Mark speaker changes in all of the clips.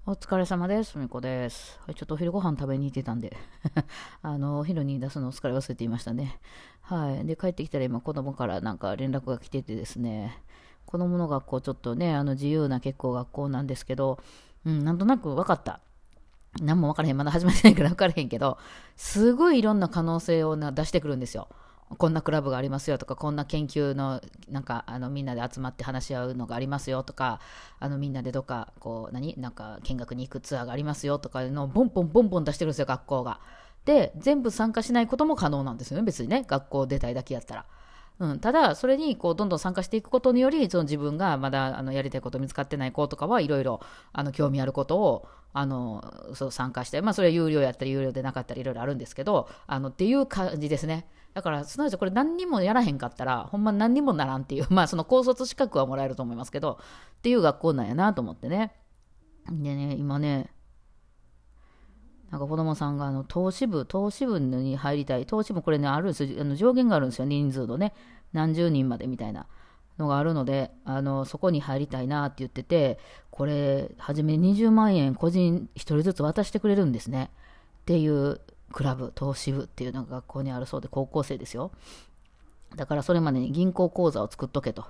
Speaker 1: お疲れ様です。みこです。はい、ちょっとお昼ご飯食べに行ってたんでお昼に出すのを疲れ忘れていましたね。はい。で、帰ってきたら今、子供からなんか連絡が来ててですね、子供の学校、ちょっとね、自由な結構学校なんですけど、なんとなく分かった。何も分からへん。まだ始まってないから分からへんけど、すごいいろんな可能性を出してくるんですよ。こんなクラブがありますよとか、こんな研究の、なんか、みんなで集まって話し合うのがありますよとか、みんなでどっか、こう、なんか、見学に行くツアーがありますよとかいうのをボンボンボンボン出してるんですよ、学校が。で、全部参加しないことも可能なんですよね、別にね、学校出たいだけやったら。ただ、それにこうどんどん参加していくことにより、その自分がまだやりたいこと見つかってない子とかはいろいろ興味あることをそう参加して、まあ、それは有料やったり有料でなかったりいろいろあるんですけど、っていう感じですね。だから、すなわちこれ何にもやらへんかったら、ほんま何にもならんっていう、まあ、その高卒資格はもらえると思いますけど、っていう学校なんやなと思ってね。でね、今ね、なんか子供さんが投資部に入りたい。投資部これね、あるんですよ。上限があるんですよ。人数のね。何十人までみたいなのがあるので、そこに入りたいなって言ってて、これ、はじめ20万円個人一人ずつ渡してくれるんですね。っていうクラブ、投資部っていうのが学校にあるそうで、高校生ですよ。だからそれまでに銀行口座を作っとけと。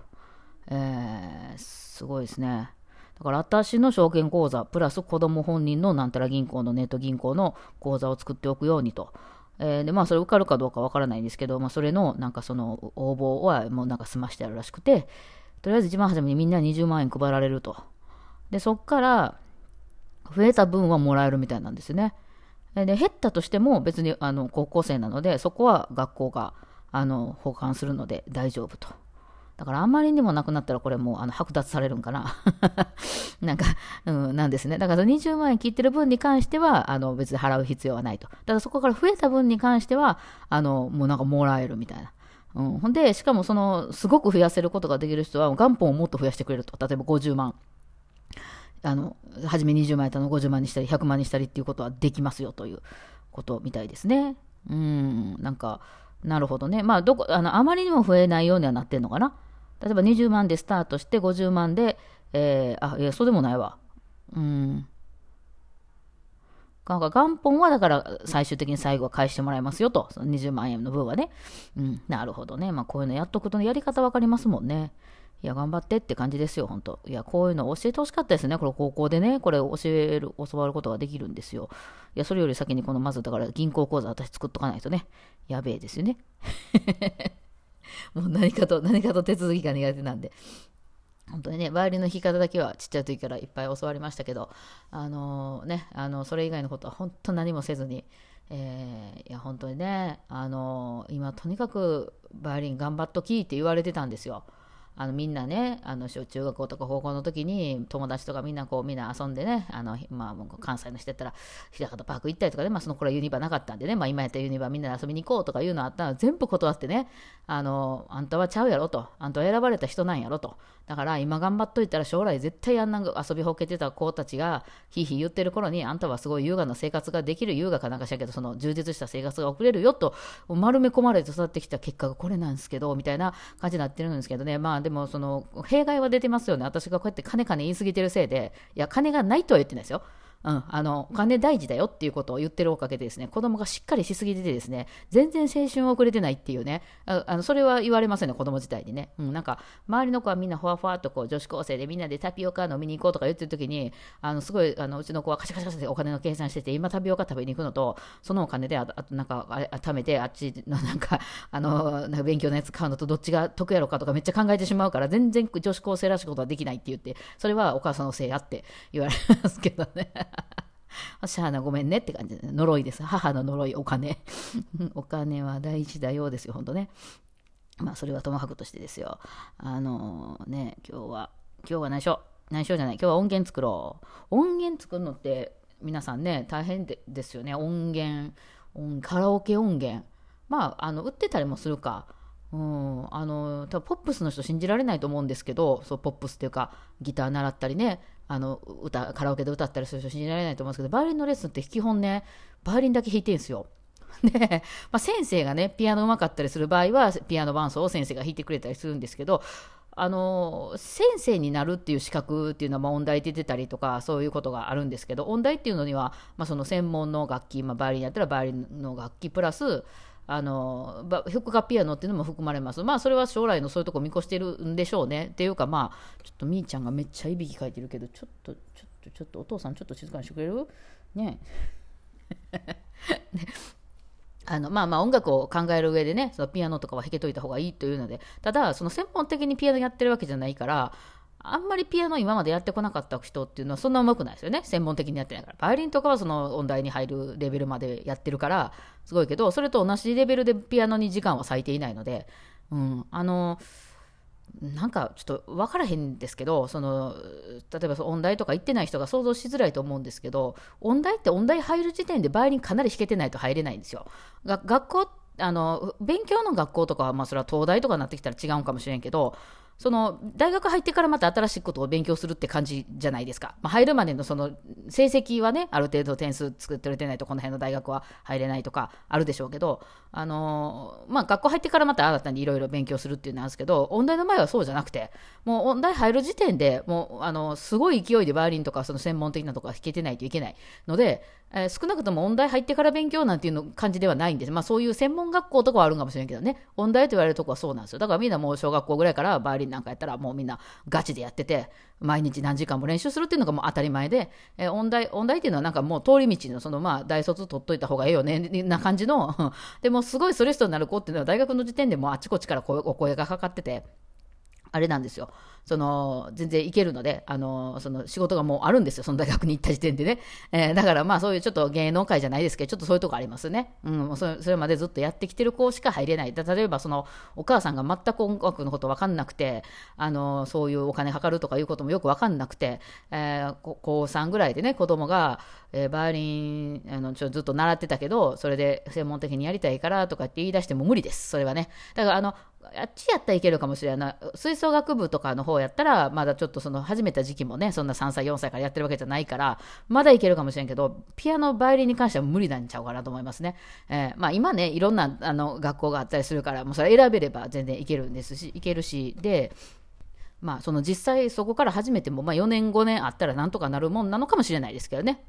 Speaker 1: すごいですね。だから私の証券口座、プラス子供本人のなんたら銀行のネット銀行の口座を作っておくようにと。で、まあそれ受かるかどうかわからないんですけど、まあそれのなんかその応募はもうなんか済ましてあるらしくて、とりあえず一番初めにみんな20万円配られると。で、そっから増えた分はもらえるみたいなんですよね。で、減ったとしても別に高校生なので、そこは学校が保管するので大丈夫と。だからあまりにもなくなったらこれもう剥奪されるんかな。なんか、なんですね。だから20万円切ってる分に関しては、別に払う必要はないと。だからそこから増えた分に関しては、もうなんかもらえるみたいな。ほんで、しかもすごく増やせることができる人は、元本をもっと増やしてくれると。例えば50万。初め20万円やったの50万にしたり、100万にしたりっていうことはできますよということみたいですね。なんか、なるほどね。まあ、あまりにも増えないようにはなってんのかな。例えば20万でスタートして50万で、いや、そうでもないわ。うん。なんか元本はだから最終的に最後は返してもらいますよと。その20万円の分はね。なるほどね。まあこういうのやっとくとやり方わかりますもんね。いや、頑張ってって感じですよ、本当。いや、こういうの教えてほしかったですね。これ高校でね、これ教わることができるんですよ。いや、それより先にまずだから銀行口座私作っとかないとね。やべえですよね。もう何かと手続きが苦手なんで。本当にね、バイオリンの弾き方だけはちっちゃい時からいっぱい教わりましたけど、それ以外のことは本当何もせずに、いや、本当にね、今とにかくバイオリン頑張っときって言われてたんですよ。みんなね、小中学校とか高校の時に友達とかみんな遊んでね、まあ、もう関西の人やったら、平方パーク行ったりとかね、まあ、その頃はユニバなかったんでね、まあ、今やったらユニバみんなで遊びに行こうとかいうのあったら、全部断ってね、あんたはちゃうやろと、あんたは選ばれた人なんやろと。だから今頑張っといたら将来絶対あんな遊びほうけてた子たちがひいひい言ってる頃にあんたはすごい優雅な生活ができる優雅かなんかしらけどその充実した生活が送れるよと丸め込まれて育ってきた結果がこれなんですけどみたいな感じになってるんですけどね。まあでもその弊害は出てますよね。私がこうやって金言い過ぎてるせいで、いや金がないとは言ってないですよ。お金大事だよっていうことを言ってるおかげでですね、子供がしっかりしすぎててですね、全然青春遅れてないっていうね、それは言われますよね、子供自体にね。なんか、周りの子はみんなふわふわっとこう女子高生でみんなでタピオカ飲みに行こうとか言ってる時に、すごい、うちの子はカシャカシャカシャってお金の計算してて、今タピオカ食べに行くのと、そのお金でなんか、貯めて、あっちのなんか勉強のやつ買うのとどっちが得やろかとかめっちゃ考えてしまうから、全然女子高生らしいことはできないって言って、それはお母さんのせいやって言われますけどね。しゃあなごめんねって感じで、呪いです。母の呪い、お金。お金は大事だようですよ、ほんとね。まあ、それはともかくとしてですよ。今日は内緒じゃない、今日は音源作ろう。音源作るのって、皆さんね、大変ですよね。カラオケ音源。まあ、売ってたりもするか。多分ポップスの人信じられないと思うんですけど、そうポップスっていうかギター習ったりね、カラオケで歌ったりする人信じられないと思うんですけど、バイオリンのレッスンって基本ね、バイオリンだけ弾いてるんですよ。で、まあ、先生がねピアノうまかったりする場合はピアノ伴奏を先生が弾いてくれたりするんですけど、 先生になるっていう資格っていうのは、音大って出てたりとかそういうことがあるんですけど、音大っていうのには、その専門の楽器、バイオリンやったらバイオリンの楽器プラス副科ピアノっていうのも含まれます。それは将来のそういうとこ見越してるんでしょうね。っていうか、ちょっとみーちゃんがめっちゃいびきかいてるけど、ちょっとお父さんちょっと静かにしてくれるね。音楽を考える上でね、そのピアノとかは弾けといた方がいいというので、ただその専門的にピアノやってるわけじゃないから、あんまりピアノ今までやってこなかった人っていうのはそんな上手くないですよね。専門的にやってないから。バイオリンとかはその音大に入るレベルまでやってるからすごいけど、それと同じレベルでピアノに時間は割いていないので、なんかちょっと分からへんですけど、例えば音大とか行ってない人が想像しづらいと思うんですけど、音大って音大入る時点でバイオリンかなり弾けてないと入れないんですよ。学校勉強の学校とかはそれは東大とかになってきたら違うかもしれんけど、大学入ってからまた新しいことを勉強するって感じじゃないですか。入るまでのその成績はね、ある程度点数作ってれないとこの辺の大学は入れないとかあるでしょうけど、学校入ってからまた新たにいろいろ勉強するっていうのなんですけど、音大の場合はそうじゃなくて、もう音大入る時点でもうすごい勢いでバイオリンとかその専門的なところが弾けてないといけないので、少なくとも音大入ってから勉強なんていうの感じではないんです。そういう専門学校とかはあるかもしれんけどね、音大と言われるとこはそうなんですよ。だからみんなもう小学校ぐらいからバイオリンなんかやったらもうみんなガチでやってて、毎日何時間も練習するっていうのがもう当たり前で、音大っていうのはなんかもう通り道の大卒取っといた方がええよねな感じのでもすごいソリストになる子っていうのは大学の時点でもうあちこちからお声がかかってて、あれなんですよ。全然いけるので、仕事がもうあるんですよ。その大学に行った時点でね。だからそういうちょっと芸能界じゃないですけど、ちょっとそういうとこありますね。それまでずっとやってきてる子しか入れない。例えばお母さんが全く音楽のこと分かんなくて、そういうお金かかるとかいうこともよく分かんなくて、高3ぐらいでね、子供が、バイオリン、ずっと習ってたけど、それで専門的にやりたいからとかって言い出しても無理です。それはね。だからあっちやったらいけるかもしれない。吹奏楽部とかの方やったら、まだちょっと始めた時期もね、そんな3歳、4歳からやってるわけじゃないから、まだいけるかもしれんけど、ピアノ、バイオリンに関しては無理なんちゃうかなと思いますね。今ね、いろんな学校があったりするから、もうそれ選べれば全然いけるし、で、実際そこから始めても、4年、5年あったらなんとかなるもんなのかもしれないですけどね。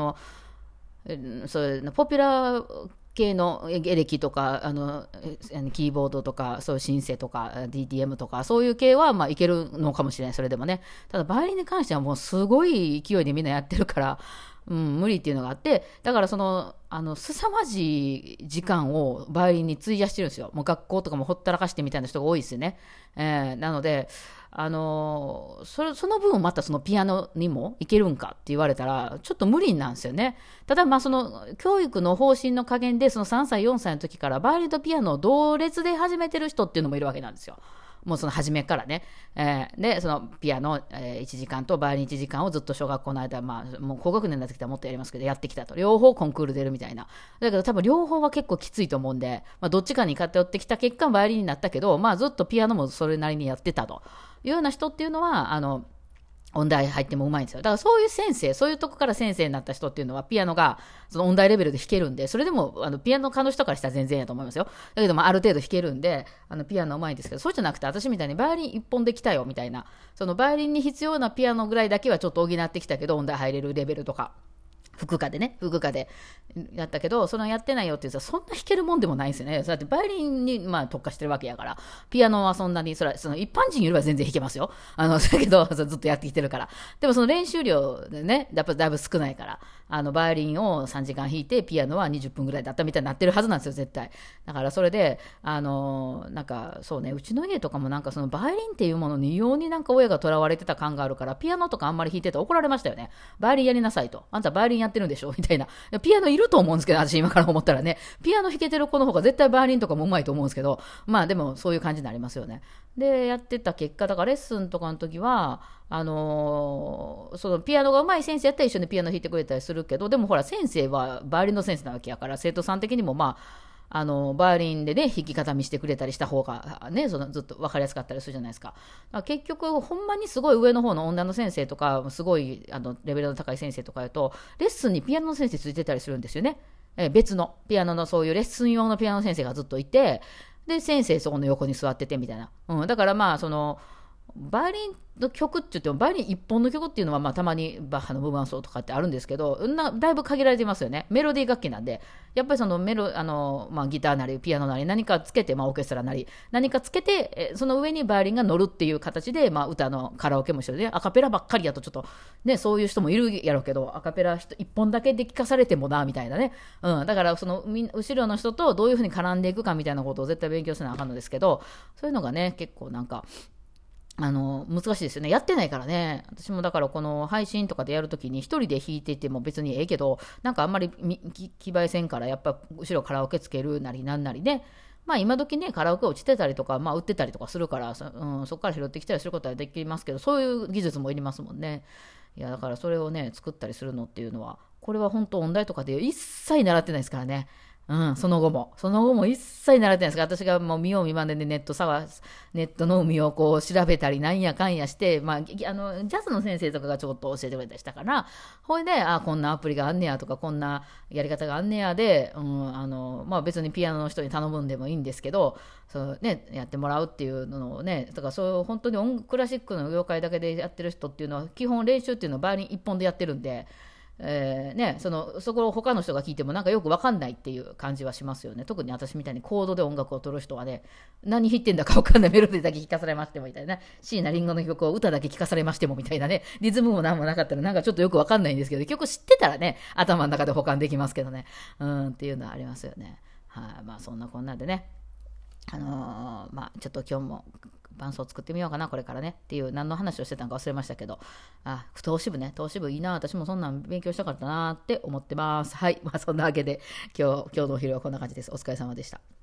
Speaker 1: そういうポピュラー系のエレキとかキーボードとかそういうシンセとか DTM とかそういう系はいけるのかもしれない。それでもね、ただバイオリンに関してはもうすごい勢いでみんなやってるから、無理っていうのがあって、だから凄まじい時間をバイオリンに費やしてるんですよ。もう学校とかもほったらかしてみたいな人が多いですよね。なのでその分またそのピアノにもいけるんかって言われたらちょっと無理なんですよね。ただ教育の方針の加減で3歳4歳の時からバイオリンとピアノを同列で始めてる人っていうのもいるわけなんですよ。もう初めからね、でピアノ、1時間とバイオリン1時間をずっと小学校の間、もう高学年になってきたらもっとやりますけどやってきたと、両方コンクール出るみたいな。だけど多分両方は結構きついと思うんで、どっちかに偏ってきた結果バイオリンになったけど、ずっとピアノもそれなりにやってたというような人っていうのは音大入ってもうまいんですよ。だからそういう先生、そういうとこから先生になった人っていうのはピアノが音大レベルで弾けるんで、それでもピアノ科の人からしたら全然やと思いますよ。だけどある程度弾けるんでピアノうまいんですけど、そうじゃなくて私みたいにバイオリン一本できたよみたいな、バイオリンに必要なピアノぐらいだけはちょっと補ってきたけど音大入れるレベルとか。副科でやったけど、やってないよって言うとそんな弾けるもんでもないんですよね。だってバイオリンに特化してるわけやから、ピアノはそんなに一般人よりは全然弾けますよ。だけどずっとやってきてるから。でも練習量でね、やっぱだいぶ少ないから、バイオリンを3時間弾いてピアノは20分ぐらいだったみたいになってるはずなんですよ絶対。だからそれでなんかそうね、うちの家とかもバイオリンっていうものに異様に親がとらわれてた感があるから、ピアノとかあんまり弾いてたら怒られましたよね。バイオリンやりなさいと、あんたバイオリンやってるんでしょみたいな。ピアノいると思うんですけど、私今から思ったらね、ピアノ弾けてる子の方が絶対バイオリンとかもうまいと思うんですけど、でもそういう感じになりますよね。でやってた結果、だからレッスンとかの時はピアノが上手い先生やったら一緒にピアノ弾いてくれたりするけど、でもほら先生はバイオリンの先生なわけやから、生徒さん的にもバイオリンでね弾き語りしてくれたりした方がね、ずっと分かりやすかったりするじゃないですか。だから結局ほんまにすごい上の方の女の先生とか、すごいレベルの高い先生とかやとレッスンにピアノの先生ついてたりするんですよね。別のピアノのそういうレッスン用のピアノの先生がずっといて、で先生そこの横に座っててみたいな、だからバイオリンの曲って言っても、バイオリン一本の曲っていうのは、まあ、たまにバッハの無伴奏とかってあるんですけど、だいぶ限られていますよね。メロディー楽器なんで、やっぱりそのまあ、ギターなりピアノなり何かつけて、まあ、オーケストラなり何かつけて、その上にバイオリンが乗るっていう形で、まあ、歌のカラオケも一緒で、アカペラばっかりやとちょっとね、そういう人もいるやろうけど、アカペラ一本だけで聞かされてもなみたいなね、だからその後ろの人とどういうふうに絡んでいくかみたいなことを絶対勉強せなあかんのですけど、そういうのがね、結構なんか難しいですよね。やってないからね。私もだからこの配信とかでやるときに一人で弾いていても別にええけど、なんかあんまり気映えせんからやっぱ後ろカラオケつけるなりなんなりね。まあ今時ね、カラオケ落ちてたりとか、まあ売ってたりとかするから、そこから拾ってきたりすることはできますけど、そういう技術もいりますもんね。いや、だからそれをね、作ったりするのっていうのは、これは本当音大とかで一切習ってないですからね。その後も一切習ってないですから、私がもう見よう見まねでネットの海をこう調べたりなんやかんやして、まあ、ジャズの先生とかがちょっと教えてくれたりしたから、ほいで、こんなアプリがあんねやとか、こんなやり方があんねやで、まあ別にピアノの人に頼むんでもいいんですけど、そうね、やってもらうっていうのをね、だからそういう本当にクラシックの業界だけでやってる人っていうのは、基本練習っていうのはバイオリン一本でやってるんで、そこを他の人が聞いてもなんかよく分かんないっていう感じはしますよね。特に私みたいにコードで音楽を取る人はね、何弾いてんだか分かんないメロディーだけ聞かされましてもみたいな、椎名林檎の曲を歌だけ聞かされましてもみたいなね、リズムも何もなかったらなんかちょっとよく分かんないんですけど、曲知ってたらね、頭の中で保管できますけどね、っていうのはありますよね。はい、まあそんなこんなでね、まあちょっと今日も伴奏作ってみようかなこれからねっていう何の話をしてたのか忘れましたけど、投資部いいな、私もそんなん勉強したかったなって思ってます。はい、まあそんなわけで今日のお昼はこんな感じです。お疲れ様でした。